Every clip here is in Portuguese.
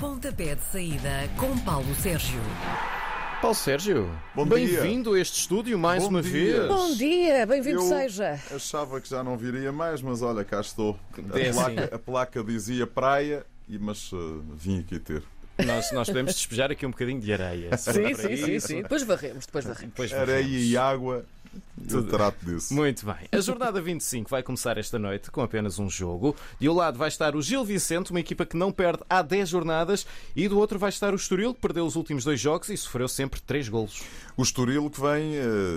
Pontapé de saída com Paulo Sérgio. Paulo Sérgio, Bom dia. bem-vindo a este estúdio mais Bom uma dia. vez. Bom dia, bem-vindo Eu seja. achava que já não viria mais, mas olha, cá estou. É assim. A placa dizia praia, mas vim aqui ter. Nós podemos despejar aqui um bocadinho de areia. se for Sim, para sim, isso. sim. Depois varremos. Depois Areia veremos. e água, eu trato disso. Muito bem. A jornada 25 vai começar esta noite com apenas um jogo. De um lado vai estar o Gil Vicente, uma equipa que não perde há 10 jornadas, e do outro vai estar o Estoril, que perdeu os últimos 2 jogos e sofreu sempre 3 golos. O Estoril que vem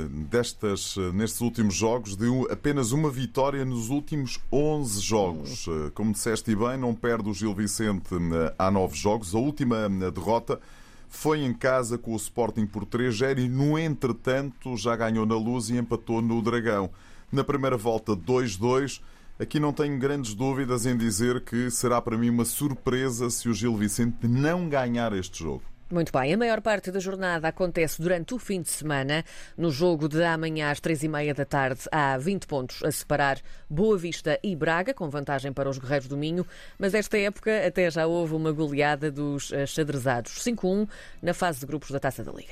nestes últimos jogos de apenas uma vitória nos últimos 11 jogos. Como disseste bem, não perde o Gil Vicente há 9 jogos. A última derrota foi em casa com o Sporting por 3-0 e, no entretanto, já ganhou na Luz e empatou no Dragão. Na primeira volta, 2-2. Aqui não tenho grandes dúvidas em dizer que será para mim uma surpresa se o Gil Vicente não ganhar este jogo. Muito bem, a maior parte da jornada acontece durante o fim de semana. No jogo de amanhã às 3h30 da tarde há 20 pontos a separar Boa Vista e Braga, com vantagem para os Guerreiros do Minho, mas esta época até já houve uma goleada dos xadrezados. 5-1 na fase de grupos da Taça da Liga.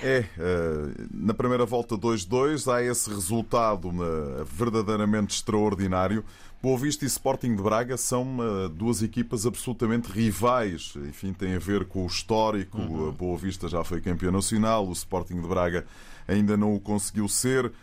Na primeira volta 2-2 há esse resultado verdadeiramente extraordinário. Boa Vista e Sporting de Braga são duas equipas absolutamente rivais. Enfim, tem a ver com o histórico. A Boa Vista já foi campeão nacional, o Sporting de Braga ainda não o conseguiu ser.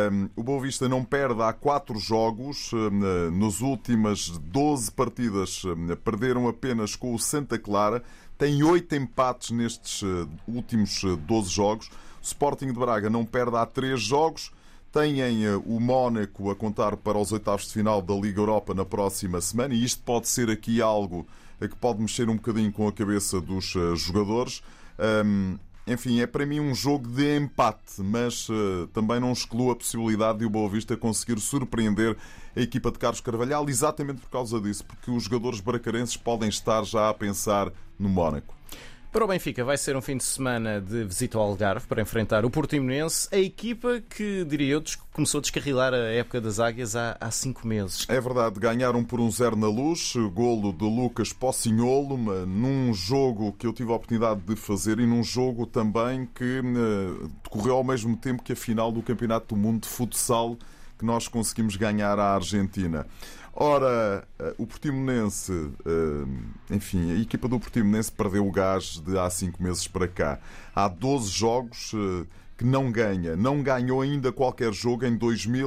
O Boa Vista não perde há 4 jogos. Nas últimas 12 partidas perderam apenas com o Santa Clara. Tem 8 empates nestes últimos 12 jogos. O Sporting de Braga não perde há 3 jogos. Têm o Mónaco a contar para os oitavos de final da Liga Europa na próxima semana, e isto pode ser aqui algo que pode mexer um bocadinho com a cabeça dos jogadores. Enfim, é para mim um jogo de empate, mas também não excluo a possibilidade de o Boa Vista conseguir surpreender a equipa de Carlos Carvalhal, exatamente por causa disso, porque os jogadores bracarenses podem estar já a pensar no Mónaco. Para o Benfica vai ser um fim de semana de visita ao Algarve para enfrentar o Portimonense, a equipa que, diria eu, começou a descarrilar a época das Águias há 5 meses. É verdade, ganharam por 1-0 na Luz, golo de Lucas Pocinholo, num jogo que eu tive a oportunidade de fazer e num jogo também que decorreu ao mesmo tempo que a final do Campeonato do Mundo de Futsal, que nós conseguimos ganhar à Argentina. Ora, o Portimonense, enfim, a equipa do Portimonense perdeu o gás de há 5 meses para cá. Há 12 jogos que não ganha. Não ganhou ainda qualquer jogo em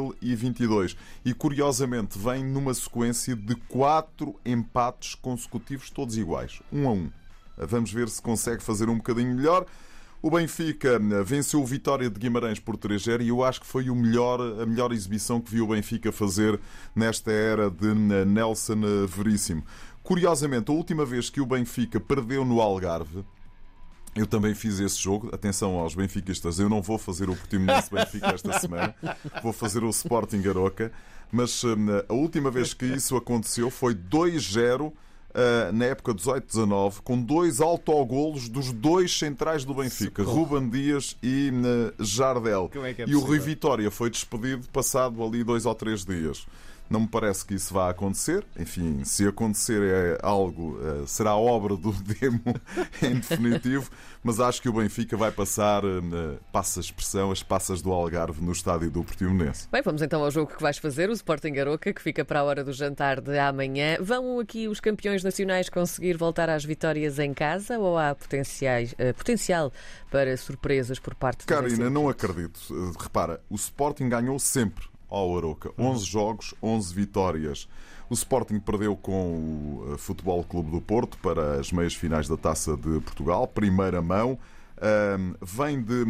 2022. E, curiosamente, vem numa sequência de 4 empates consecutivos, todos iguais. 1-1. Vamos ver se consegue fazer um bocadinho melhor. O Benfica venceu o Vitória de Guimarães por 3-0 e eu acho que foi a melhor exibição que vi o Benfica fazer nesta era de Nelson Veríssimo. Curiosamente, a última vez que o Benfica perdeu no Algarve, eu também fiz esse jogo. Atenção aos benfiquistas, eu não vou fazer o Portimonense Benfica esta semana, vou fazer o Sporting Aroca, mas a última vez que isso aconteceu foi 2-0 na época 18-19, com 2 autogolos dos 2 centrais do Benfica, Ruben Dias e Jardel. E o Rui Vitória foi despedido passado ali 2 ou 3 dias. Não me parece que isso vá acontecer. Enfim, se acontecer é algo, será obra do demo em definitivo, mas acho que o Benfica vai passar, passa a expressão, as passas do Algarve no estádio do Portimonense. Bem, vamos então ao jogo que vais fazer, o Sporting Aroca, que fica para a hora do jantar de amanhã. Vão aqui os campeões nacionais conseguir voltar às vitórias em casa ou há potencial para surpresas por parte da Karina, não acredito. Repara, o Sporting ganhou sempre ao Aroca. 11 jogos, 11 vitórias. O Sporting perdeu com o Futebol Clube do Porto para as meias finais da Taça de Portugal, primeira mão. Vem de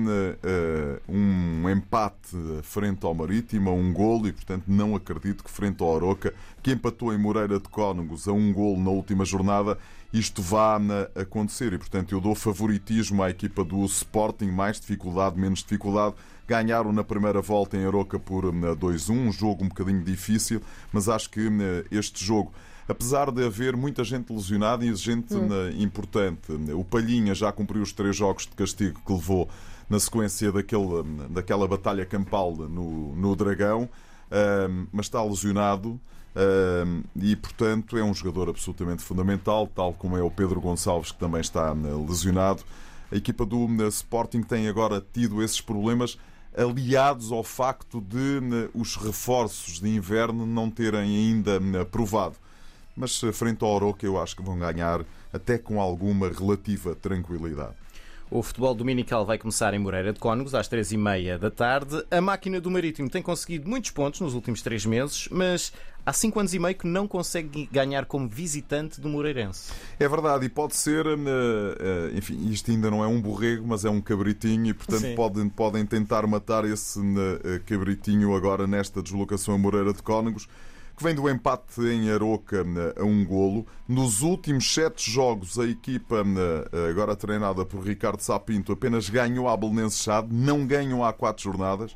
um empate frente ao Marítimo, um golo, e portanto não acredito que frente ao Aroca, que empatou em Moreira de Cónegos a 1 golo na última jornada, isto vá acontecer. E portanto eu dou favoritismo à equipa do Sporting, mais dificuldade, menos dificuldade. Ganharam na primeira volta em Aroca por 2-1, um jogo um bocadinho difícil, mas acho que este jogo, apesar de haver muita gente lesionada e gente importante, o Palhinha já cumpriu os 3 jogos de castigo que levou na sequência daquela batalha campal no Dragão. mas está lesionado. E, portanto, é um jogador absolutamente fundamental, tal como é o Pedro Gonçalves, que também está lesionado. A equipa do Sporting tem agora tido esses problemas, aliados ao facto de os reforços de inverno não terem ainda provado. Mas frente ao Aroca eu acho que vão ganhar até com alguma relativa tranquilidade. O futebol dominical vai começar em Moreira de Cónegos às 3h30 da tarde. A máquina do Marítimo tem conseguido muitos pontos nos últimos 3 meses, mas há 5 anos e meio que não consegue ganhar como visitante do Moreirense. É verdade, e pode ser, enfim, isto ainda não é um borrego, mas é um cabritinho, e portanto podem tentar matar esse cabritinho agora nesta deslocação a Moreira de Cónegos, que vem do empate em Aroca a 1-golo. Nos últimos 7 jogos, a equipa, agora treinada por Ricardo Sapinto, apenas ganhou à Belenenses Chade, não ganham há 4 jornadas.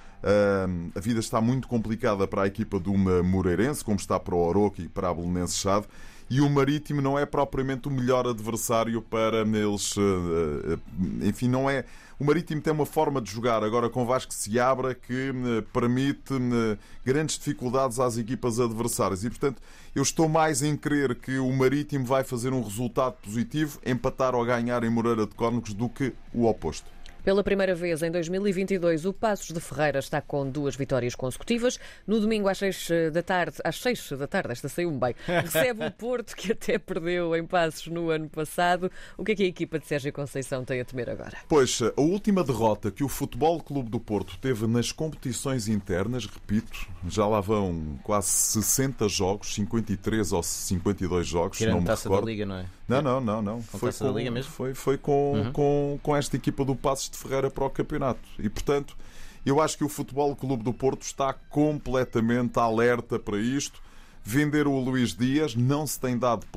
A vida está muito complicada para a equipa do Moreirense, como está para o Aroca e para a Belenenses Chade. E o Marítimo não é propriamente o melhor adversário para eles. Enfim, não é. O Marítimo tem uma forma de jogar agora com Vasco Seabra que permite grandes dificuldades às equipas adversárias. E, portanto, eu estou mais em crer que o Marítimo vai fazer um resultado positivo, empatar ou ganhar em Moreira de Cónegos, do que o oposto. Pela primeira vez em 2022, o Paços de Ferreira está com 2 vitórias consecutivas. No domingo às 6 da tarde, esta saiu-me bem, recebe o Porto, que até perdeu em Paços no ano passado. O que é que a equipa de Sérgio Conceição tem a temer agora? Pois, a última derrota que o Futebol Clube do Porto teve nas competições internas, repito, já lá vão quase 60 jogos, 53 ou 52 jogos, Tirando não me Taça recordo. da Liga, não é? Não. Foi Taça da Liga mesmo? Foi com esta equipa do Paços de Ferreira para o campeonato. E, portanto, eu acho que o Futebol Clube do Porto está completamente alerta para isto. Vender o Luís Dias não se tem dado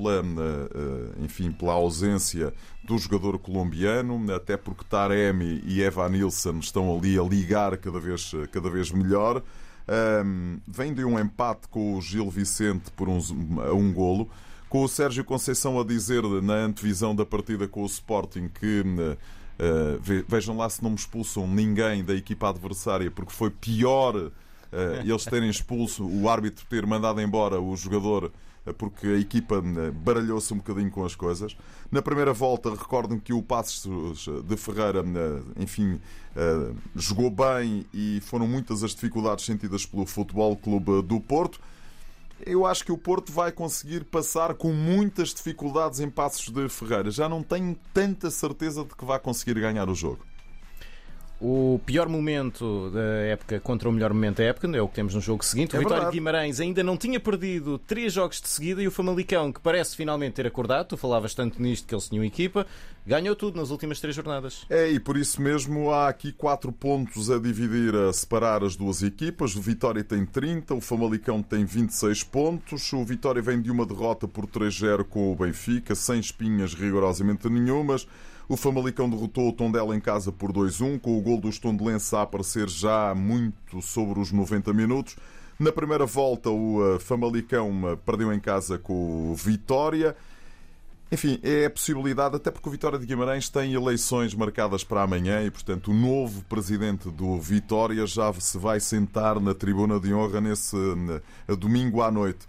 pela ausência do jogador colombiano, até porque Taremi e Evanilson estão ali a ligar cada vez melhor. Vem de um empate com o Gil Vicente por 1-golo. Com o Sérgio Conceição a dizer na antevisão da partida com o Sporting que vejam lá se não me expulsam ninguém da equipa adversária, porque foi pior eles terem expulso, o árbitro ter mandado embora o jogador, porque a equipa baralhou-se um bocadinho com as coisas. Na primeira volta, recordem que o Paços de Ferreira, enfim, jogou bem e foram muitas as dificuldades sentidas pelo Futebol Clube do Porto. Eu acho que o Porto vai conseguir passar com muitas dificuldades em Paços de Ferreira. Já não tenho tanta certeza de que vai conseguir ganhar o jogo. O pior momento da época contra o melhor momento da época é o que temos no jogo seguinte. O Vitória de Guimarães ainda não tinha perdido 3 jogos de seguida, e o Famalicão, que parece finalmente ter acordado, tu falavas tanto nisto que eles tinham equipa, ganhou tudo nas últimas 3 jornadas. E por isso mesmo há aqui 4 pontos a dividir, a separar as duas equipas. O Vitória tem 30, o Famalicão tem 26 pontos. O Vitória vem de uma derrota por 3-0 com o Benfica, sem espinhas rigorosamente nenhumas. O Famalicão derrotou o Tondela em casa por 2-1, com o gol dos tondelenses a aparecer já muito sobre os 90 minutos. Na primeira volta, o Famalicão perdeu em casa com o Vitória. Enfim, é a possibilidade, até porque o Vitória de Guimarães tem eleições marcadas para amanhã e, portanto, o novo presidente do Vitória já se vai sentar na tribuna de honra nesse domingo à noite.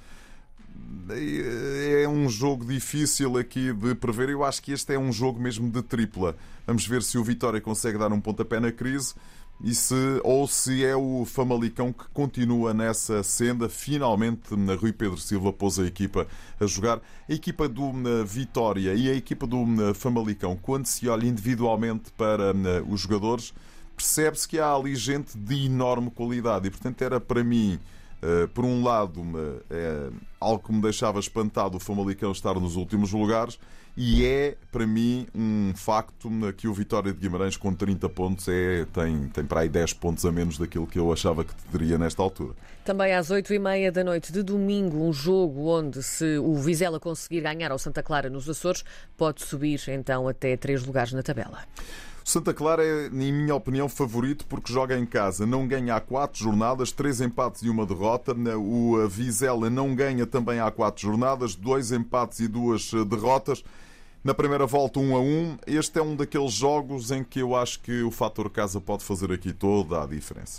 É um jogo difícil aqui de prever. Eu acho que este é um jogo mesmo de tripla. Vamos ver se o Vitória consegue dar um pontapé na crise ou se é o Famalicão que continua nessa senda. Finalmente, Rui Pedro Silva pôs a equipa a jogar. A equipa do Vitória e a equipa do Famalicão, quando se olha individualmente para os jogadores, percebe-se que há ali gente de enorme qualidade. E, portanto, era para mim, por um lado, algo que me deixava espantado o Famalicão estar nos últimos lugares, e é para mim um facto que o Vitória de Guimarães com 30 pontos tem para aí 10 pontos a menos daquilo que eu achava que teria nesta altura. Também às 8h30 da noite de domingo, um jogo onde, se o Vizela conseguir ganhar ao Santa Clara nos Açores, pode subir então até 3 lugares na tabela. Santa Clara é, em minha opinião, favorito porque joga em casa. Não ganha há 4 jornadas, 3 empates e 1 derrota. O Vizela não ganha também há 4 jornadas, 2 empates e 2 derrotas. Na primeira volta, 1-1. Este é um daqueles jogos em que eu acho que o fator casa pode fazer aqui toda a diferença.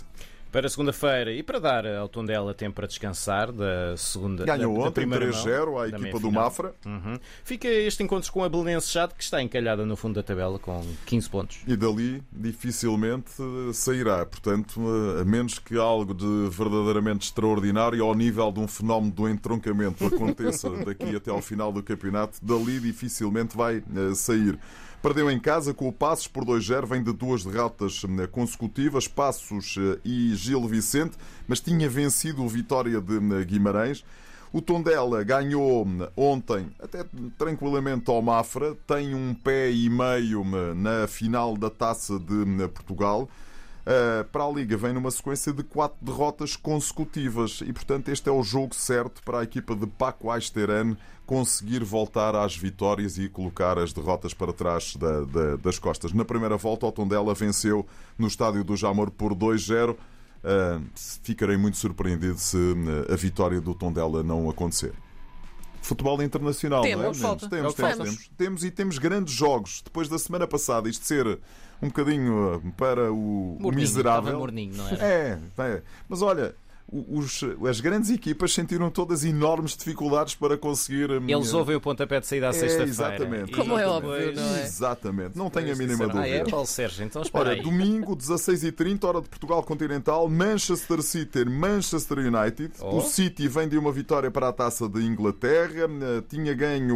Para segunda-feira e para dar ao Tondela tempo para descansar da segunda. Ganhou da ontem primeira 3-0 mão, à da equipa do meia-final. Mafra. Fica este encontro com a Belenenses Chade, que está encalhada no fundo da tabela com 15 pontos. E dali dificilmente sairá. Portanto, a menos que algo de verdadeiramente extraordinário ao nível de um fenómeno do entroncamento aconteça daqui até ao final do campeonato, dali dificilmente vai sair. Perdeu em casa com o Passos por 2-0, vem de 2 derrotas consecutivas, Passos e Gil Vicente, mas tinha vencido o Vitória de Guimarães. O Tondela ganhou ontem, até tranquilamente, ao Mafra, tem um pé e meio na final da Taça de Portugal. Para a Liga vem numa sequência de 4 derrotas consecutivas e, portanto, este é o jogo certo para a equipa de Paco Aysterán conseguir voltar às vitórias e colocar as derrotas para trás das costas. Na primeira volta, o Tondela venceu no estádio do Jamor por 2-0. Ficarei muito surpreendido se a vitória do Tondela não acontecer. Futebol internacional, Temos, não é? falta. Temos e temos grandes jogos. Depois da semana passada, isto ser um bocadinho para o miserável. Estava morninho, não era? É. Mas olha, as grandes equipas sentiram todas enormes dificuldades para conseguir. Eles ouvem o pontapé de saída à sexta-feira. Exatamente. Como é óbvio, não é? Exatamente. Não tenho a mínima Ah, é, dúvida. Paulo Sérgio, então espera Ora, aí. domingo, 16h30, hora de Portugal Continental, Manchester City, Manchester United. Oh. O City vem de uma vitória para a Taça de Inglaterra. Tinha ganho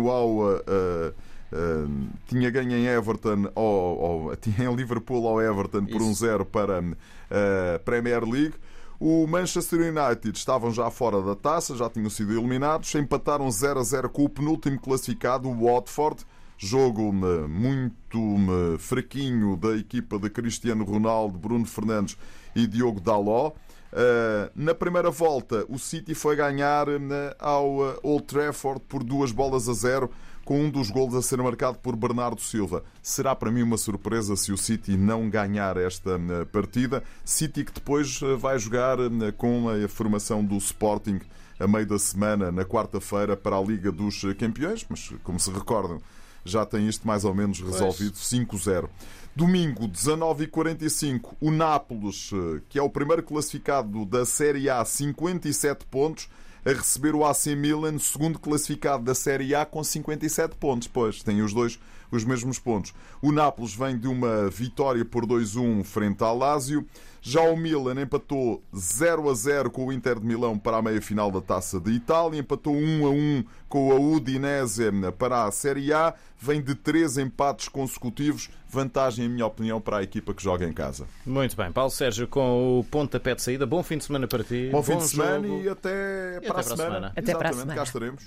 tinha ganho em Everton, tinha em Liverpool ao Everton por 1-0 para a Premier League. O Manchester United estavam já fora da taça, já tinham sido eliminados, empataram 0-0 com o penúltimo classificado, o Watford. Jogo muito fraquinho da equipa de Cristiano Ronaldo, Bruno Fernandes e Diogo Dalot. Na primeira volta, o City foi ganhar ao Old Trafford por 2-0, com um dos golos a ser marcado por Bernardo Silva. Será para mim uma surpresa se o City não ganhar esta partida. City que depois vai jogar com a formação do Sporting a meio da semana, na quarta-feira, para a Liga dos Campeões, mas como se recordam, já tem isto mais ou menos resolvido, 5-0. Domingo, 19h45, o Nápoles, que é o primeiro classificado da Série A, 57 pontos, a receber o AC Milan, segundo classificado da Série A, com 57 pontos. Pois, têm os dois os mesmos pontos. O Nápoles vem de uma vitória por 2-1 frente ao Lazio. Já o Milan empatou 0-0 com o Inter de Milão para a meia-final da Taça de Itália. Empatou 1-1 com a Udinese para a Série A. Vem de 3 empates consecutivos. Vantagem, em minha opinião, para a equipa que joga em casa. Muito bem, Paulo Sérgio, com o pontapé de saída. Bom fim de semana para ti. Bom fim de semana jogo. e até para a semana. Até para a Exatamente, semana. cá estaremos.